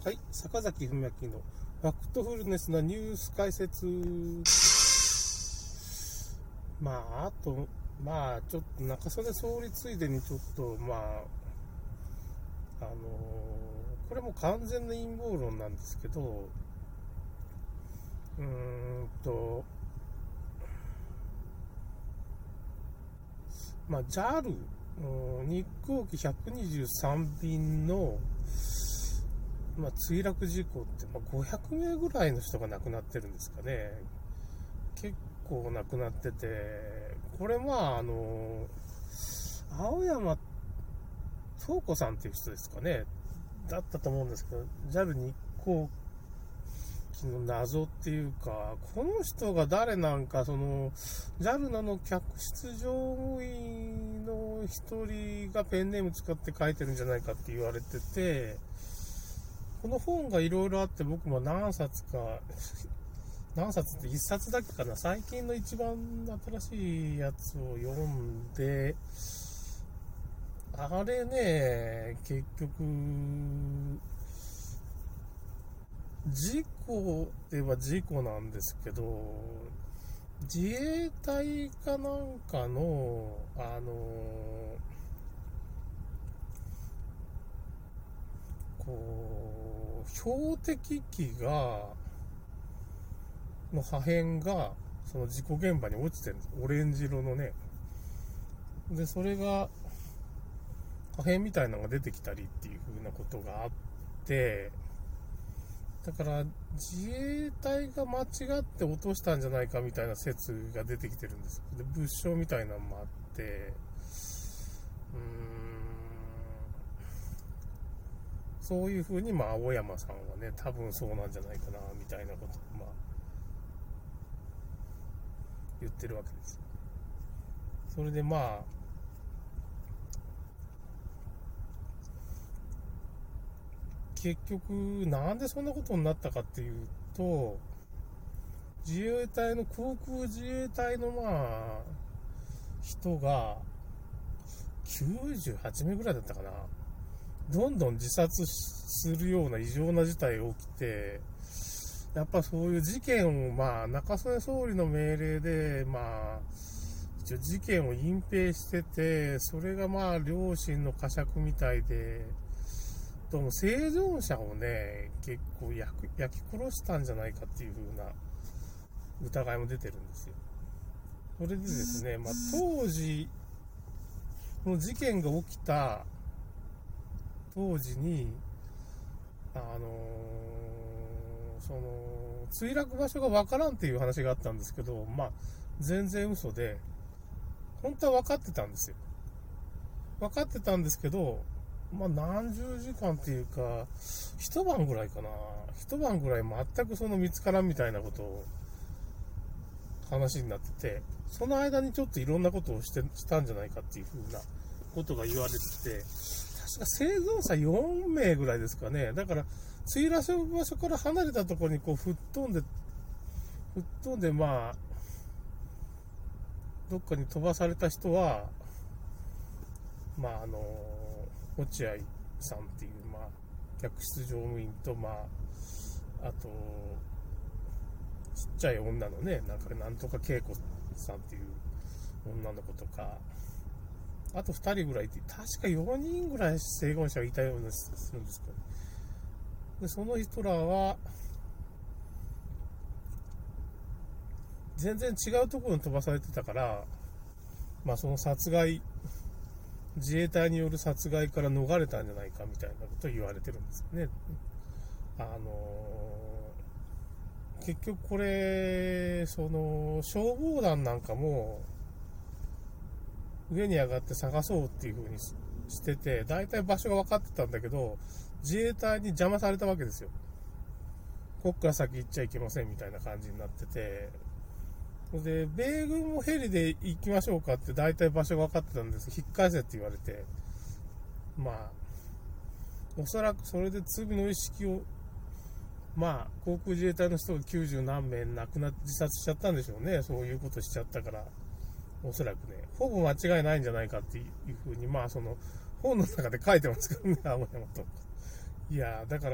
はい、坂崎文明のファクトフルネスなニュース解説。あと、ちょっと中曽根総理ついでにちょっと、これも完全な陰謀論なんですけど、JAL、日航機123便の、墜落事故って、500名ぐらいの人が亡くなってるんですかね。結構亡くなってて、これ青山東子さんっていう人ですかね。だったと思うんですけど、JAL 日航機の謎っていうか、この人が誰なんか、JAL の客室乗務員の一人がペンネーム使って書いてるんじゃないかって言われてて、この本がいろいろあって僕も何冊って1冊だけかな、最近の一番新しいやつを読んで、あれね、結局、事故では事故なんですけど、自衛隊かなんかの、標的機の破片が、その事故現場に落ちてるんです。オレンジ色のね。で、それが、破片みたいなのが出てきたりっていう風なことがあって、だから自衛隊が間違って落としたんじゃないかみたいな説が出てきてるんです。で、物証みたいなのもあって、そういう風に青山さんはね、多分そうなんじゃないかなみたいなことを言ってるわけです。それで結局なんでそんなことになったかっていうと、航空自衛隊の人が98名ぐらいだったかな、どんどん自殺するような異常な事態が起きて、やっぱそういう事件を中曽根総理の命令で一応事件を隠蔽してて、それが良心の呵責みたいで、どうも生存者をね、結構焼き殺したんじゃないかっていう風な疑いも出てるんですよ。それでですね、当時この事件が起きた当時に墜落場所がわからんっていう話があったんですけど、全然嘘で、本当は分かってたんですよ。分かってたんですけど、何十時間っていうか、一晩ぐらいかな。一晩ぐらい全く見つからんみたいなことを話になってて、その間にちょっといろんなことをしたんじゃないかっていう風なことが言われてて、確か生存者4名ぐらいですかね。だから、墜落場所から離れたところに吹っ飛んで、どっかに飛ばされた人は、落合さんっていう、客室乗務員と、あと、ちっちゃい女のね、なんとか恵子さんっていう女の子とか、あと2人ぐらいいて、確か4人ぐらい生存者がいたようなするんですけど、で、その人らは、全然違うところに飛ばされてたから、その自衛隊による殺害から逃れたんじゃないかみたいなことを言われてるんですよね。結局これ、消防団なんかも、上に上がって探そうっていう風にしてて、大体場所が分かってたんだけど、自衛隊に邪魔されたわけですよ。こっから先行っちゃいけませんみたいな感じになってて、で、米軍もヘリで行きましょうかって大体場所が分かってたんです。引っ返せって言われて、おそらくそれで罪の意識を、航空自衛隊の人が90何名亡くなって自殺しちゃったんでしょうね。そういうことしちゃったから、おそらくね、ほぼ間違いないんじゃないかっていうふうに、本の中で書いてますからね、青山といや、だから、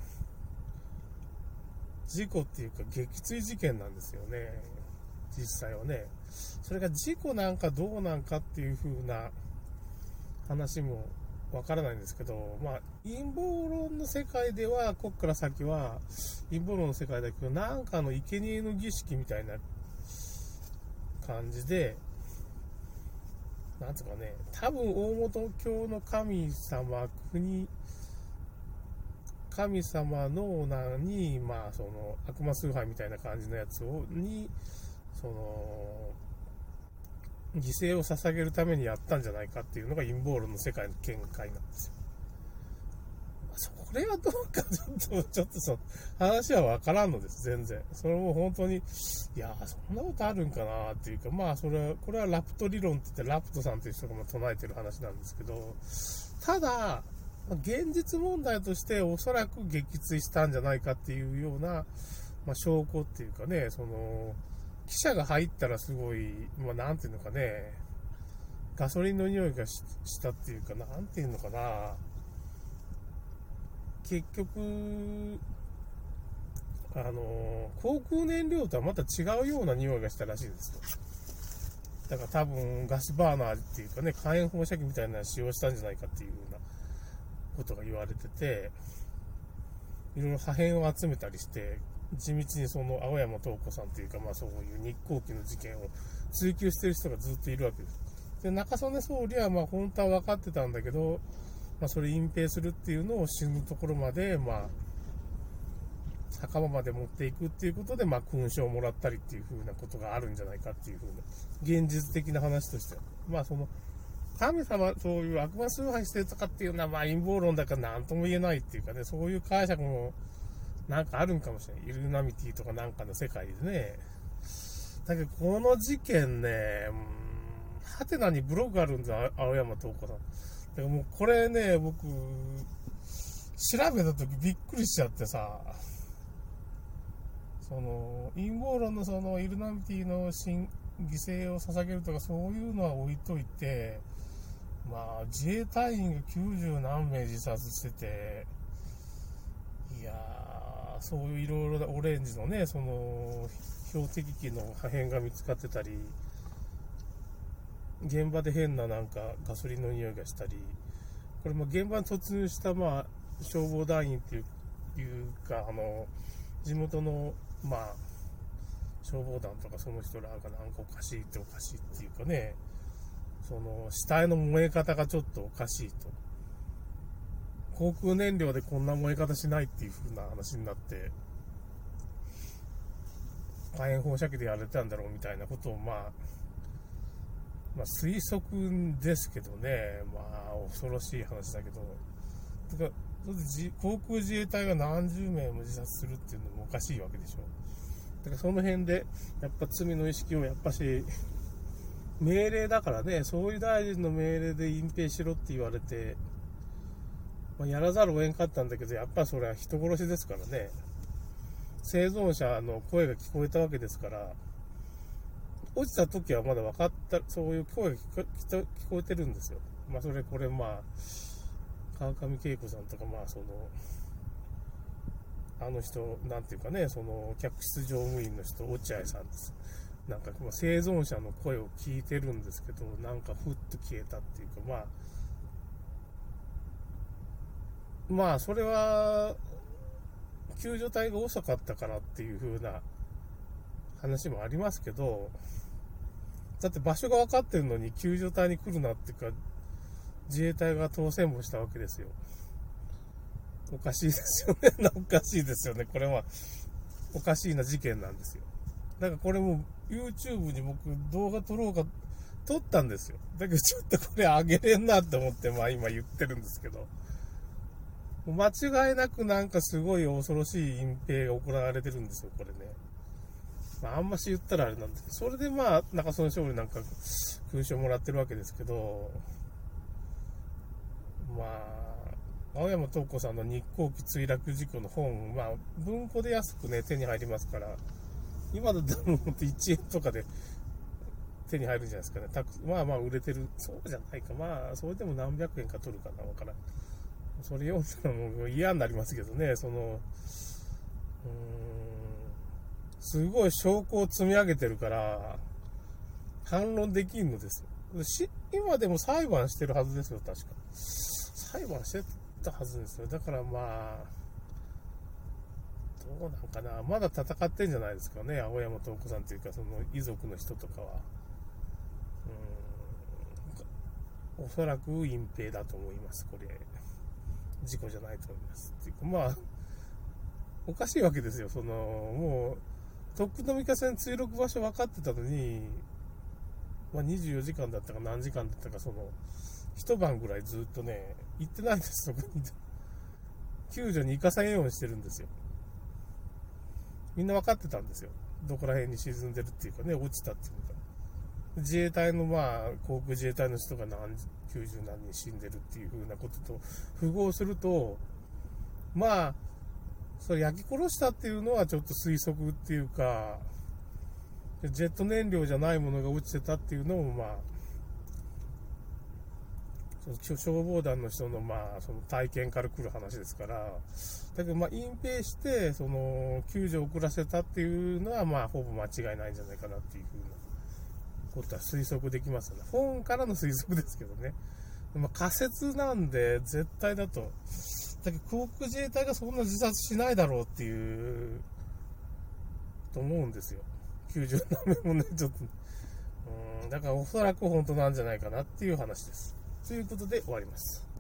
事故っていうか撃墜事件なんですよね。実際はね。それが事故なんかどうなんかっていう風な話もわからないんですけど、まあ、陰謀論の世界では、こっから先は陰謀論の世界だけど、なんかの生贄の儀式みたいな感じで、なんつうかね、多分大本教の神様の名に、まあ、その悪魔崇拝みたいな感じのやつに、その犠牲を捧げるためにやったんじゃないかっていうのが陰謀論の世界の見解なんですよ。それはどうかちょっとその話はわからんのです、全然。それも本当に、いやそんなことあるんかなっていうか、まあこれはラプト理論って言ってラプトさんという人が唱えてる話なんですけど、ただ、現実問題としておそらく撃墜したんじゃないかっていうような、まあ、証拠っていうかね、その、記者が入ったらすごい、まあ、なんていうのかね、ガソリンの匂いがしたっていうか、なんていうのかな、結局、航空燃料とはまた違うような匂いがしたらしいんですよ。だから多分ガスバーナーっていうかね、火炎放射器みたいなのを使用したんじゃないかっていうようなことが言われてて、いろいろ破片を集めたりして、地道にその青山東子さんというか、まあそういう日航機の事件を追及してる人がずっといるわけです。で、中曽根総理はまあ本当は分かってたんだけど、まあそれ隠蔽するっていうのを死ぬところまで、まあ、墓場まで持っていくっていうことで、まあ勲章をもらったりっていう風なことがあるんじゃないかっていう風な、現実的な話としては。まあその、神様、そういう悪魔崇拝してるとかっていうのは、まあ陰謀論だから何とも言えないっていうかね、そういう解釈もなんかあるんかもしれない。イルナミティとかなんかの世界でね。だけど、この事件ね、ハテナにブログあるんだ、青山東子さん。だからもうこれね、僕、調べたときびっくりしちゃってさ、その、陰謀論のその、イルナミティの犠牲を捧げるとかそういうのは置いといて、まあ、自衛隊員が90何名自殺してて、いやー、そういういろいろなオレンジのね、その、標的機の破片が見つかってたり、現場で変ななんかガソリンの匂いがしたり、これも現場に突入したまあ消防団員っていうか、地元のまあ消防団とかその人らがなんかおかしいっていうかね、その死体の燃え方がちょっとおかしいと。航空燃料でこんな燃え方しないっていう風な話になって、火炎放射器でやれたんだろうみたいなことをまあ推測ですけどね、まあ恐ろしい話だけど、てか航空自衛隊が何十名も自殺するっていうのもおかしいわけでしょ。だからその辺でやっぱ罪の意識をやっぱし命令だからね、総理大臣の命令で隠蔽しろって言われて、まあ、やらざるを得んかったんだけど、やっぱそれは人殺しですからね。生存者の声が聞こえたわけですから、落ちた時はまだ分かった、そういう声が聞こえてるんですよ。まあこれまあ、川上恵子さんとか、まあその、あの人、なんていうかね、その、客室乗務員の人、落合さんです。なんか、生存者の声を聞いてるんですけど、なんかふっと消えたっていうか、まあそれは、救助隊が遅かったからっていう風な話もありますけど、だって場所が分かってるのに救助隊に来るなっていうか、自衛隊が当選もしたわけですよ。おかしいですよね。おかしいですよね。これは、おかしいな事件なんですよ。だからこれも YouTube に僕動画撮ろうか、撮ったんですよ。だけどちょっとこれあげれんなって思って、まあ今言ってるんですけど。間違いなくなんかすごい恐ろしい隠蔽が行われてるんですよ、これね。まあ、あんまし言ったらあれなんですけど、それでまあ、中曽根総理なんか勲章もらってるわけですけど、まあ、青山東子さんの日航機墜落事故の本、まあ、文庫で安くね、手に入りますから、今だったらもう1円とかで手に入るんじゃないですかね。まあ売れてる。そうじゃないか。まあ、それでも何百円か取るかな、わからん。 それ読んだらもう嫌になりますけどね、すごい証拠を積み上げてるから、反論できんのですよ。今でも裁判してるはずですよ、確か。裁判してたはずですよ。だからまあ、どうなんかな。まだ戦ってんじゃないですかね、青山東子さんというか、その遺族の人とかは。おそらく隠蔽だと思います、これ。事故じゃないと思います。っていうか、まあ、おかしいわけですよ。もう、とっくの三日線墜落場所分かってたのに、まあ、24時間だったか何時間だったか、一晩ぐらいずっとね、行ってないんです、そこに。救助に行かせんようにしてるんですよ。みんな分かってたんですよ。どこら辺に沈んでるっていうかね、落ちたっていうか。自衛隊の航空自衛隊の人が90何人死んでるっていう風なことと符合すると、それ焼き殺したっていうのはちょっと推測っていうか、ジェット燃料じゃないものが落ちてたっていうのも消防団の人のその体験から来る話ですから、だけど隠蔽して救助を遅らせたっていうのはほぼ間違いないんじゃないかなっていう風なことは推測できますよね。本からの推測ですけどね。仮説なんで絶対だと。だけど航空自衛隊がそんな自殺しないだろうっていうと思うんですよ。90何名もね、ちょっと。だからおそらく本当なんじゃないかなっていう話です。ということで終わります。